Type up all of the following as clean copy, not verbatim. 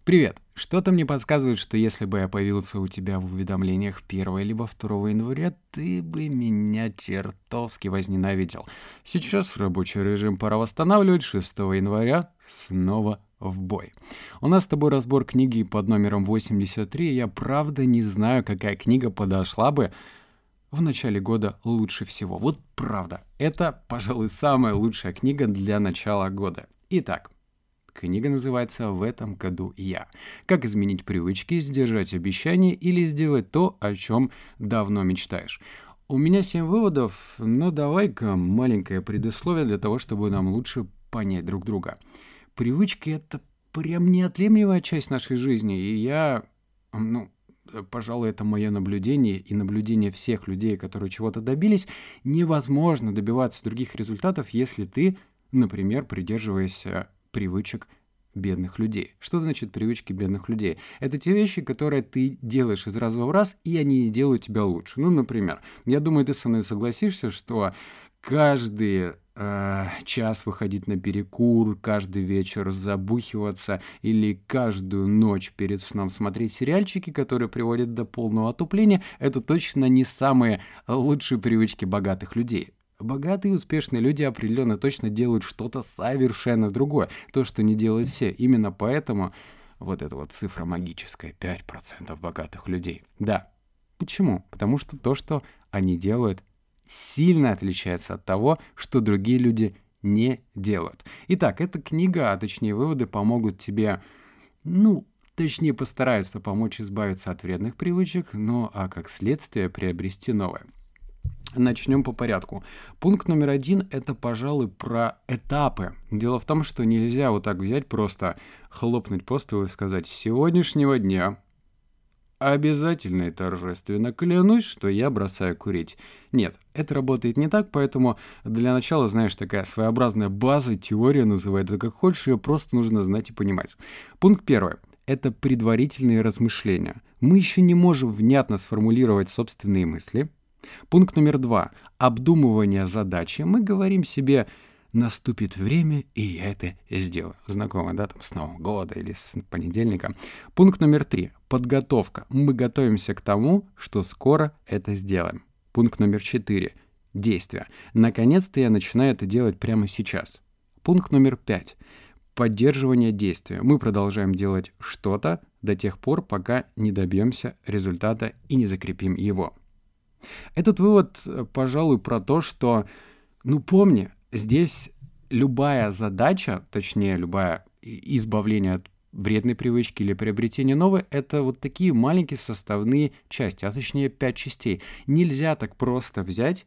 Привет! Что-то мне подсказывает, что если бы я появился у тебя в уведомлениях 1 либо 2 января, ты бы меня чертовски возненавидел. Сейчас рабочий режим пора восстанавливать, 6 января снова в бой. У нас с тобой разбор книги под номером 83, и я правда не знаю, какая книга подошла бы в начале года лучше всего. Вот правда, это, пожалуй, самая лучшая книга для начала года. Итак, книга называется «В этом году я». Как изменить привычки, сдержать обещания или сделать то, о чем давно мечтаешь. У меня 7 выводов, но давай-ка маленькое предисловие для того, чтобы нам лучше понять друг друга. Привычки — это прям неотъемлемая часть нашей жизни, и пожалуй, это мое наблюдение и наблюдение всех людей, которые чего-то добились. Невозможно добиваться других результатов, если ты, например, придерживаешься привычек бедных людей. Что значит привычки бедных людей? Это те вещи, которые ты делаешь из раза в раз, и они не делают тебя лучше. Например, я думаю, ты со мной согласишься, что каждый час выходить на перекур, каждый вечер забухиваться или каждую ночь перед сном смотреть сериальчики, которые приводят до полного отупления, это точно не самые лучшие привычки богатых людей. Богатые и успешные люди определенно точно делают что-то совершенно другое. То, что не делают все. Именно поэтому вот эта вот цифра магическая, 5% богатых людей. Да. Почему? Потому что то, что они делают, сильно отличается от того, что другие люди не делают. Итак, эта книга, а точнее выводы, помогут тебе, точнее постараются помочь избавиться от вредных привычек, а как следствие приобрести новое. Начнем по порядку. Пункт номер 1 – это, пожалуй, про этапы. Дело в том, что нельзя вот так взять, просто хлопнуть по столу и сказать: «С сегодняшнего дня обязательно и торжественно клянусь, что я бросаю курить». Нет, это работает не так, поэтому для начала, знаешь, такая своеобразная база, теория, называй это как хочешь, ее просто нужно знать и понимать. Пункт 1 – это предварительные размышления. Мы еще не можем внятно сформулировать собственные мысли. Пункт номер 2. Обдумывание задачи. Мы говорим себе: наступит время, и я это сделаю. Знакомо, да, с Нового года или с понедельника. Пункт номер 3. Подготовка. Мы готовимся к тому, что скоро это сделаем. Пункт номер 4. Действие. Наконец-то я начинаю это делать прямо сейчас. Пункт номер 5. Поддерживание действия. Мы продолжаем делать что-то до тех пор, пока не добьемся результата и не закрепим его. Этот вывод, пожалуй, про то, что, помни, здесь любая задача, точнее, любое избавление от вредной привычки или приобретение новой, это вот такие маленькие составные части, а точнее 5 частей. Нельзя так просто взять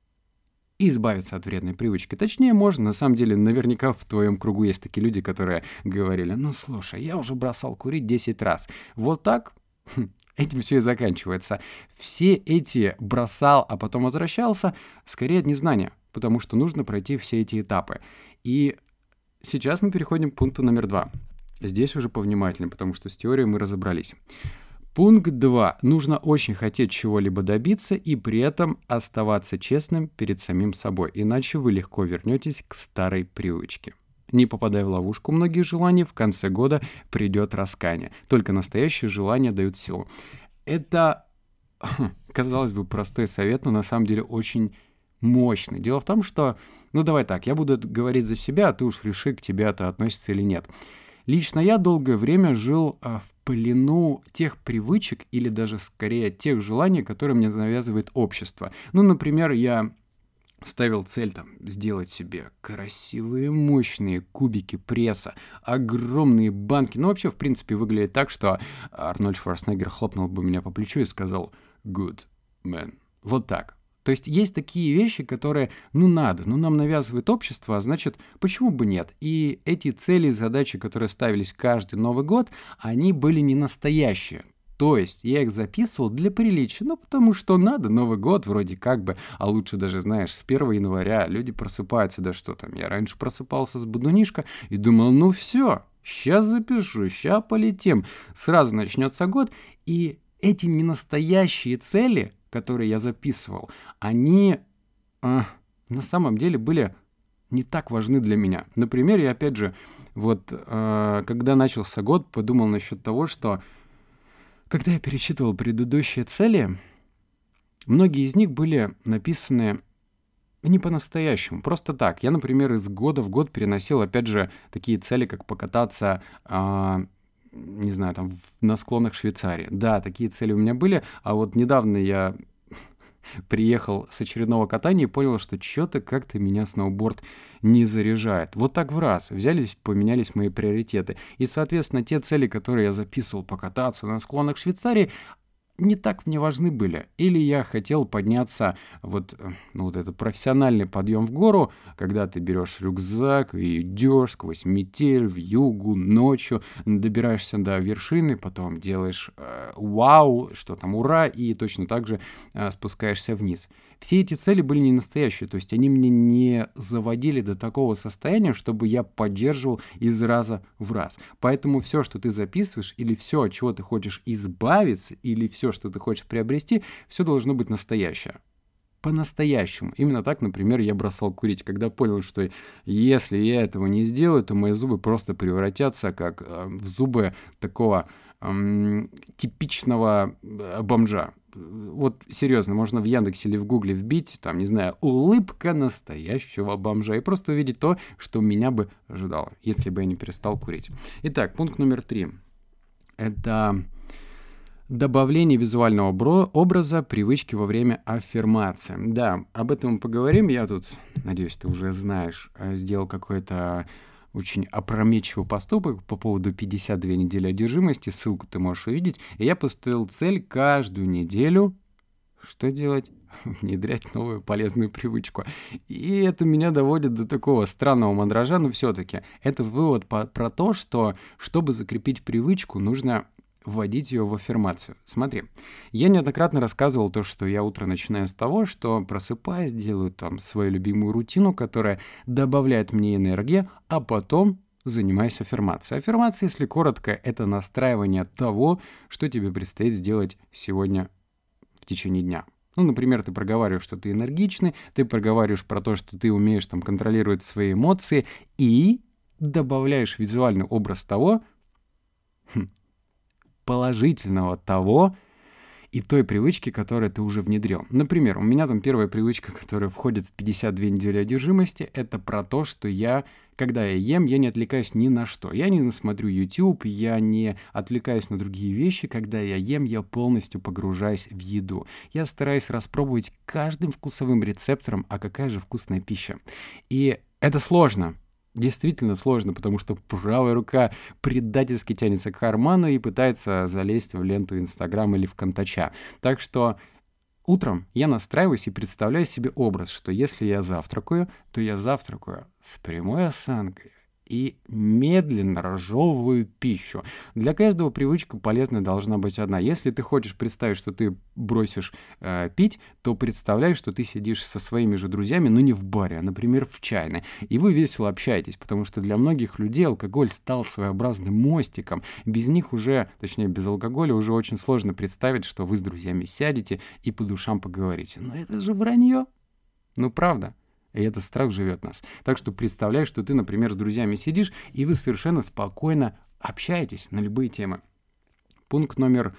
и избавиться от вредной привычки. Точнее, можно, на самом деле, наверняка в твоем кругу есть такие люди, которые говорили: слушай, я уже бросал курить 10 раз. Вот так... Этим все и заканчивается. Все эти бросал, а потом возвращался, скорее от незнания, потому что нужно пройти все эти этапы. И сейчас мы переходим к пункту номер 2. Здесь уже повнимательнее, потому что с теорией мы разобрались. Пункт 2. Нужно очень хотеть чего-либо добиться и при этом оставаться честным перед самим собой, иначе вы легко вернетесь к старой привычке. Не попадая в ловушку многих желаний, в конце года придет раскаяние. Только настоящие желания дают силу. Это, казалось бы, простой совет, но на самом деле очень мощный. Дело в том, что, давай так, я буду говорить за себя, а ты уж реши, к тебе это относится или нет. Лично я долгое время жил в плену тех привычек или даже скорее тех желаний, которые мне навязывает общество. Например, я ставил цель сделать себе красивые, мощные кубики пресса, огромные банки. В принципе, выглядит так, что Арнольд Шварценеггер хлопнул бы меня по плечу и сказал: «Good man». Вот так. То есть есть такие вещи, которые, надо, нам навязывает общество, а значит, почему бы нет? И эти цели и задачи, которые ставились каждый Новый год, они были не настоящие. То есть я их записывал для приличия, потому что надо, Новый год вроде как бы, а лучше даже, знаешь, с 1 января люди просыпаются, да что там, я раньше просыпался с будунишка и думал: все, сейчас запишу, сейчас полетим, сразу начнется год, и эти ненастоящие цели, которые я записывал, они на самом деле были не так важны для меня. Например, я опять же Когда начался год, подумал насчет того, что когда я перечитывал предыдущие цели, многие из них были написаны не по-настоящему, просто так. Я, например, из года в год переносил, опять же, такие цели, как покататься, не знаю, там, на склонах Швейцарии. Да, такие цели у меня были, а вот недавно я приехал с очередного катания и понял, что что-то как-то меня сноуборд не заряжает. Вот так в раз взялись, поменялись мои приоритеты. И, соответственно, те цели, которые я записывал покататься на склонах Швейцарии, не так мне важны были. Или я хотел подняться, этот профессиональный подъем в гору, когда ты берешь рюкзак и идешь сквозь метель, вьюгу, ночью, добираешься до вершины, потом делаешь вау, что там, ура, и точно так же спускаешься вниз. Все эти цели были не настоящие, то есть они меня не заводили до такого состояния, чтобы я поддерживал из раза в раз. Поэтому все, что ты записываешь, или все, от чего ты хочешь избавиться, или все, что ты хочешь приобрести, все должно быть настоящее. По-настоящему. Именно так, например, я бросал курить, когда понял, что если я этого не сделаю, то мои зубы просто превратятся как в зубы такого типичного бомжа. Вот серьезно, можно в Яндексе или в Гугле вбить, там, не знаю, улыбка настоящего бомжа и просто увидеть то, что меня бы ожидало, если бы я не перестал курить. Итак, пункт номер 3. Это добавление визуального образа привычки во время аффирмации. Да, об этом мы поговорим. Я тут, надеюсь, ты уже знаешь, сделал какой-то очень опрометчивый поступок по поводу 52 недели одержимости. Ссылку ты можешь увидеть. И я поставил цель каждую неделю. Что делать? Внедрять новую полезную привычку. И это меня доводит до такого странного мандража, но все-таки это вывод про то, что чтобы закрепить привычку, нужно вводить ее в аффирмацию. Смотри, я неоднократно рассказывал то, что я утро начинаю с того, что просыпаюсь, делаю там свою любимую рутину, которая добавляет мне энергии, а потом занимаюсь аффирмацией. Аффирмация, если коротко, это настраивание того, что тебе предстоит сделать сегодня в течение дня. Ну, например, ты проговариваешь, что ты энергичный, ты проговариваешь про то, что ты умеешь там контролировать свои эмоции и добавляешь визуальный образ того, положительного того и той привычки, которую ты уже внедрил. Например, у меня там первая привычка, которая входит в 52 недели одержимости, это про то, что когда я ем, я не отвлекаюсь ни на что. Я не смотрю YouTube, я не отвлекаюсь на другие вещи. Когда я ем, я полностью погружаюсь в еду. Я стараюсь распробовать каждым вкусовым рецептором, а какая же вкусная пища. И это сложно. Действительно сложно, потому что правая рука предательски тянется к карману и пытается залезть в ленту Инстаграм или ВКонтача. Так что утром я настраиваюсь и представляю себе образ, что если я завтракаю, то я завтракаю с прямой осанкой и медленно разжевываю пищу. Для каждого привычка полезная должна быть одна. Если ты хочешь представить, что ты бросишь пить, то представляй, что ты сидишь со своими же друзьями, но не в баре, а, например, в чайной. И вы весело общаетесь, потому что для многих людей алкоголь стал своеобразным мостиком. Без них уже, точнее, без алкоголя уже очень сложно представить, что вы с друзьями сядете и по душам поговорите. Но это же вранье. Ну, правда. И этот страх живет в нас. Так что представляй, что ты, например, с друзьями сидишь, и вы совершенно спокойно общаетесь на любые темы. Пункт номер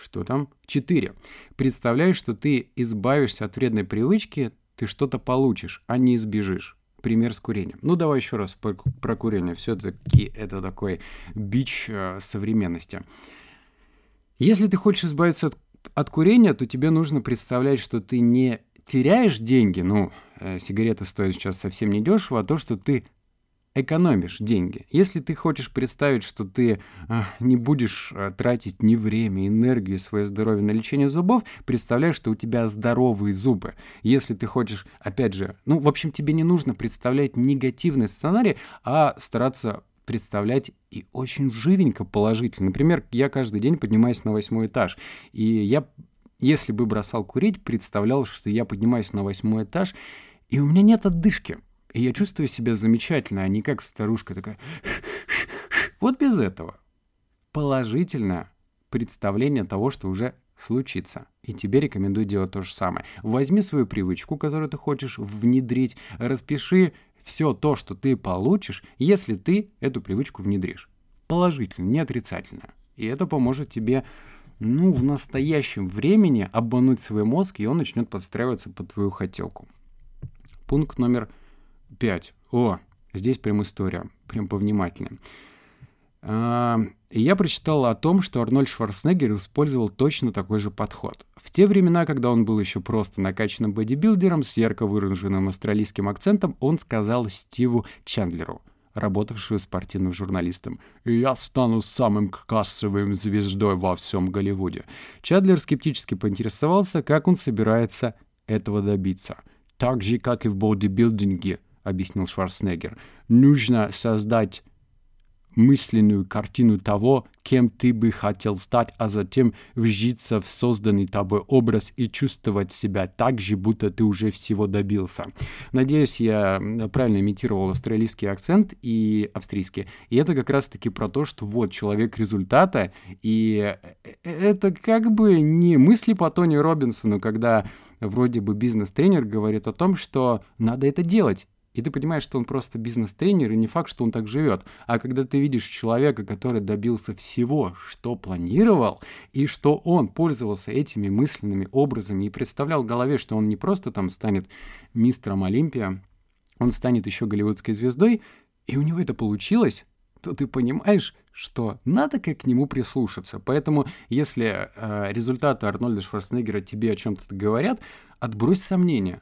4. Представляй, что ты избавишься от вредной привычки, ты что-то получишь, а не избежишь. Пример с курением. Ну, давай еще раз про курение. Все-таки это такой бич современности. Если ты хочешь избавиться от курения, то тебе нужно представлять, что ты не теряешь деньги, сигареты стоят сейчас совсем недешево, а то, что ты экономишь деньги. Если ты хочешь представить, что ты не будешь тратить ни время, энергию, свое здоровье на лечение зубов, представляй, что у тебя здоровые зубы. Если ты хочешь, опять же, в общем, тебе не нужно представлять негативный сценарий, а стараться представлять и очень живенько положительно. Например, я каждый день поднимаюсь на 8-й этаж, и я, если бы бросал курить, представлял, что я поднимаюсь на 8-й этаж, и у меня нет отдышки. И я чувствую себя замечательно, а не как старушка такая. Вот без этого. Положительное представление того, что уже случится. И тебе рекомендую делать то же самое. Возьми свою привычку, которую ты хочешь внедрить, распиши все то, что ты получишь, если ты эту привычку внедришь. Положительно, не отрицательно. И это поможет тебе, в настоящем времени обмануть свой мозг, и он начнет подстраиваться под твою хотелку. Пункт номер 5. Здесь прям история, прям повнимательнее. Я прочитал о том, что Арнольд Шварценеггер использовал точно такой же подход. В те времена, когда он был еще просто накачанным бодибилдером с ярко выраженным австралийским акцентом, он сказал Стиву Чандлеру, работавшему спортивным журналистом: «Я стану самым кассовым звездой во всем Голливуде». Чандлер скептически поинтересовался, как он собирается этого добиться. «Так же, как и в бодибилдинге», — объяснил Шварценеггер, «нужно создать мысленную картину того, кем ты бы хотел стать, а затем вжиться в созданный тобой образ и чувствовать себя так же, будто ты уже всего добился». Надеюсь, я правильно имитировал австралийский акцент и австрийский. И это как раз-таки про то, что вот человек результата, и это как бы не мысли по Тони Робинсону, когда вроде бы бизнес-тренер говорит о том, что надо это делать. И ты понимаешь, что он просто бизнес-тренер, и не факт, что он так живет. А когда ты видишь человека, который добился всего, что планировал, и что он пользовался этими мысленными образами и представлял в голове, что он не просто там станет мистером Олимпия, он станет еще голливудской звездой, и у него это получилось, то ты понимаешь, что надо как к нему прислушаться. Поэтому, если результаты Арнольда Шварценеггера тебе о чем-то говорят, отбрось сомнения,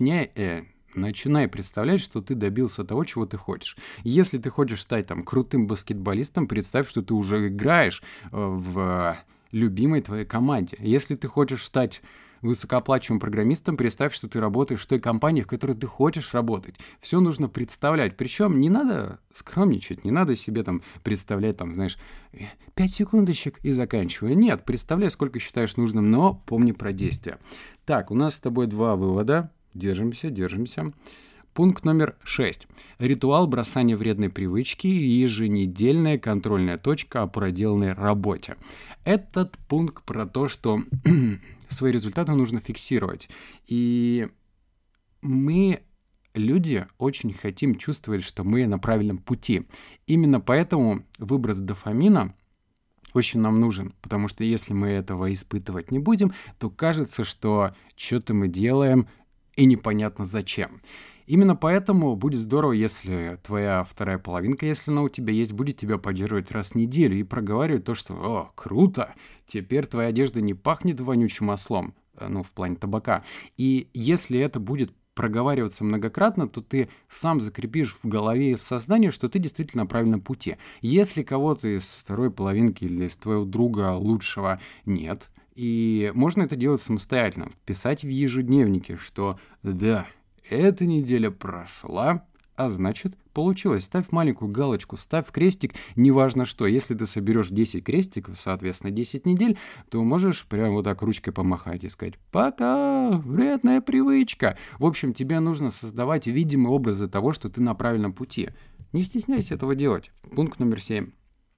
начинай представлять, что ты добился того, чего ты хочешь. Если ты хочешь стать там крутым баскетболистом, представь, что ты уже играешь в любимой твоей команде. Если ты хочешь стать высокооплачиваемым программистом, представь, что ты работаешь в той компании, в которой ты хочешь работать. Все нужно представлять. Причем не надо скромничать, не надо себе там представлять, 5 секундочек и заканчивай. Нет, представляй, сколько считаешь нужным, но помни про действия. Так, у нас с тобой 2 вывода. Держимся. Пункт номер 6. Ритуал бросания вредной привычки и еженедельная контрольная точка о проделанной работе. Этот пункт про то, что свои результаты нужно фиксировать. И мы, люди, очень хотим чувствовать, что мы на правильном пути. Именно поэтому выброс дофамина очень нам нужен, потому что если мы этого испытывать не будем, то кажется, что что-то мы делаем, и непонятно зачем. Именно поэтому будет здорово, если твоя вторая половинка, если она у тебя есть, будет тебя поддерживать раз в неделю и проговаривать то, что круто, теперь твоя одежда не пахнет вонючим ослом, в плане табака. И если это будет проговариваться многократно, то ты сам закрепишь в голове и в сознании, что ты действительно на правильном пути. Если кого-то из второй половинки или из твоего друга лучшего нет, и можно это делать самостоятельно, вписать в ежедневнике, что да, эта неделя прошла, а значит, получилось. Ставь маленькую галочку, ставь крестик, неважно что. Если ты соберешь 10 крестиков, соответственно, 10 недель, то можешь прямо вот так ручкой помахать и сказать: «Пока, вредная привычка». В общем, тебе нужно создавать видимые образы того, что ты на правильном пути. Не стесняйся этого делать. Пункт номер 7.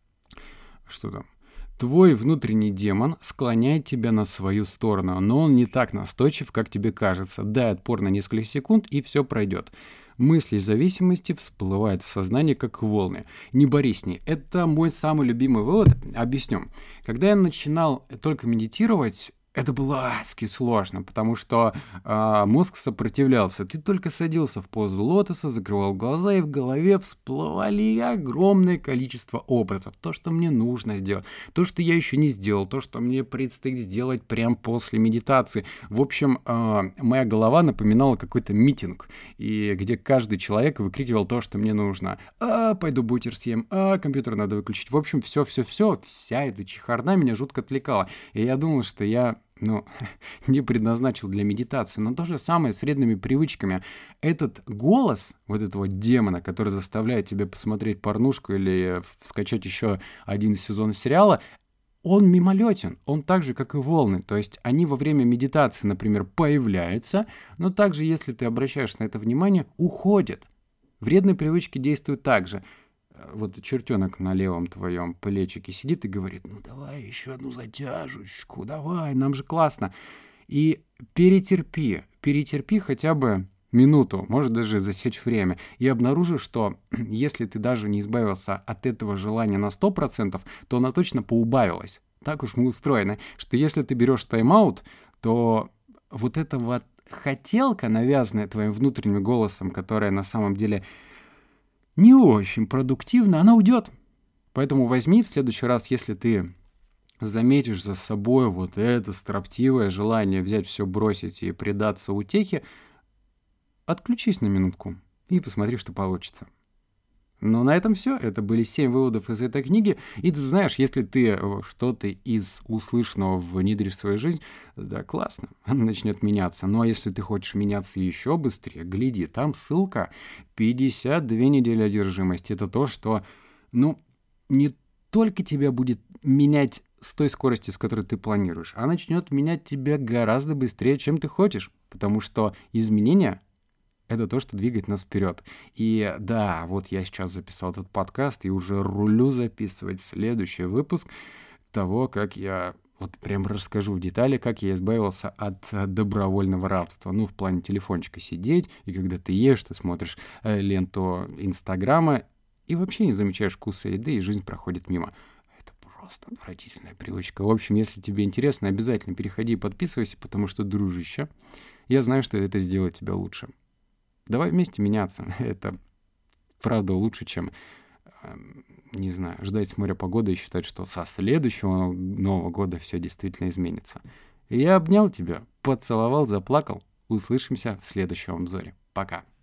Что там? Твой внутренний демон склоняет тебя на свою сторону, но он не так настойчив, как тебе кажется. Дай отпор на несколько секунд, и все пройдет. Мысли зависимости всплывают в сознании, как волны. Не борись с ней. Это мой самый любимый вывод. Объясню. Когда я начинал только медитировать, это было адски сложно, потому что мозг сопротивлялся. Ты только садился в позу лотоса, закрывал глаза, и в голове всплывали огромное количество образов. То, что мне нужно сделать, то, что я еще не сделал, то, что мне предстоит сделать прямо после медитации. В общем, моя голова напоминала какой-то митинг, и где каждый человек выкрикивал то, что мне нужно. Пойду бутер съем, компьютер надо выключить. В общем, все, вся эта чехарда меня жутко отвлекала. И я думал, что я не предназначил для медитации. Но то же самое с вредными привычками. Этот голос вот этого демона, который заставляет тебя посмотреть порнушку или скачать еще один сезон сериала, он мимолетен, он так же, как и волны. То есть они во время медитации, например, появляются, но также, если ты обращаешь на это внимание, уходят. Вредные привычки действуют так же. Вот чертенок на левом твоем плечике сидит и говорит: давай еще одну затяжечку, давай, нам же классно. И перетерпи хотя бы минуту, может даже засечь время, и обнаружишь, что если ты даже не избавился от этого желания на 100%, то оно точно поубавилось. Так уж мы устроены, что если ты берешь тайм-аут, то вот эта вот хотелка, навязанная твоим внутренним голосом, которая на самом деле не очень продуктивна, она уйдет. Поэтому возьми в следующий раз, если ты заметишь за собой вот это строптивое желание взять все, бросить и предаться утехе, отключись на минутку и посмотри, что получится. Ну, на этом все. Это были 7 выводов из этой книги. И ты знаешь, если ты что-то из услышанного внедришь в свою жизнь, да, классно, она начнет меняться. Ну, а если ты хочешь меняться еще быстрее, гляди, там ссылка 52 недели одержимости. Это то, что, не только тебя будет менять с той скоростью, с которой ты планируешь, а начнет менять тебя гораздо быстрее, чем ты хочешь. Потому что изменения — это то, что двигает нас вперед. И да, вот я сейчас записал этот подкаст и уже рулю записывать следующий выпуск того, как я вот прям расскажу в детали, как я избавился от добровольного рабства. Ну, в плане телефончика сидеть, и когда ты ешь, ты смотришь ленту Инстаграма и вообще не замечаешь вкуса еды, и жизнь проходит мимо. Это просто отвратительная привычка. В общем, если тебе интересно, обязательно переходи и подписывайся, потому что, дружище, я знаю, что это сделает тебя лучше. Давай вместе меняться. Это, правда, лучше, чем, не знаю, ждать с моря погоды и считать, что со следующего Нового года все действительно изменится. Я обнял тебя, поцеловал, заплакал. Услышимся в следующем обзоре. Пока.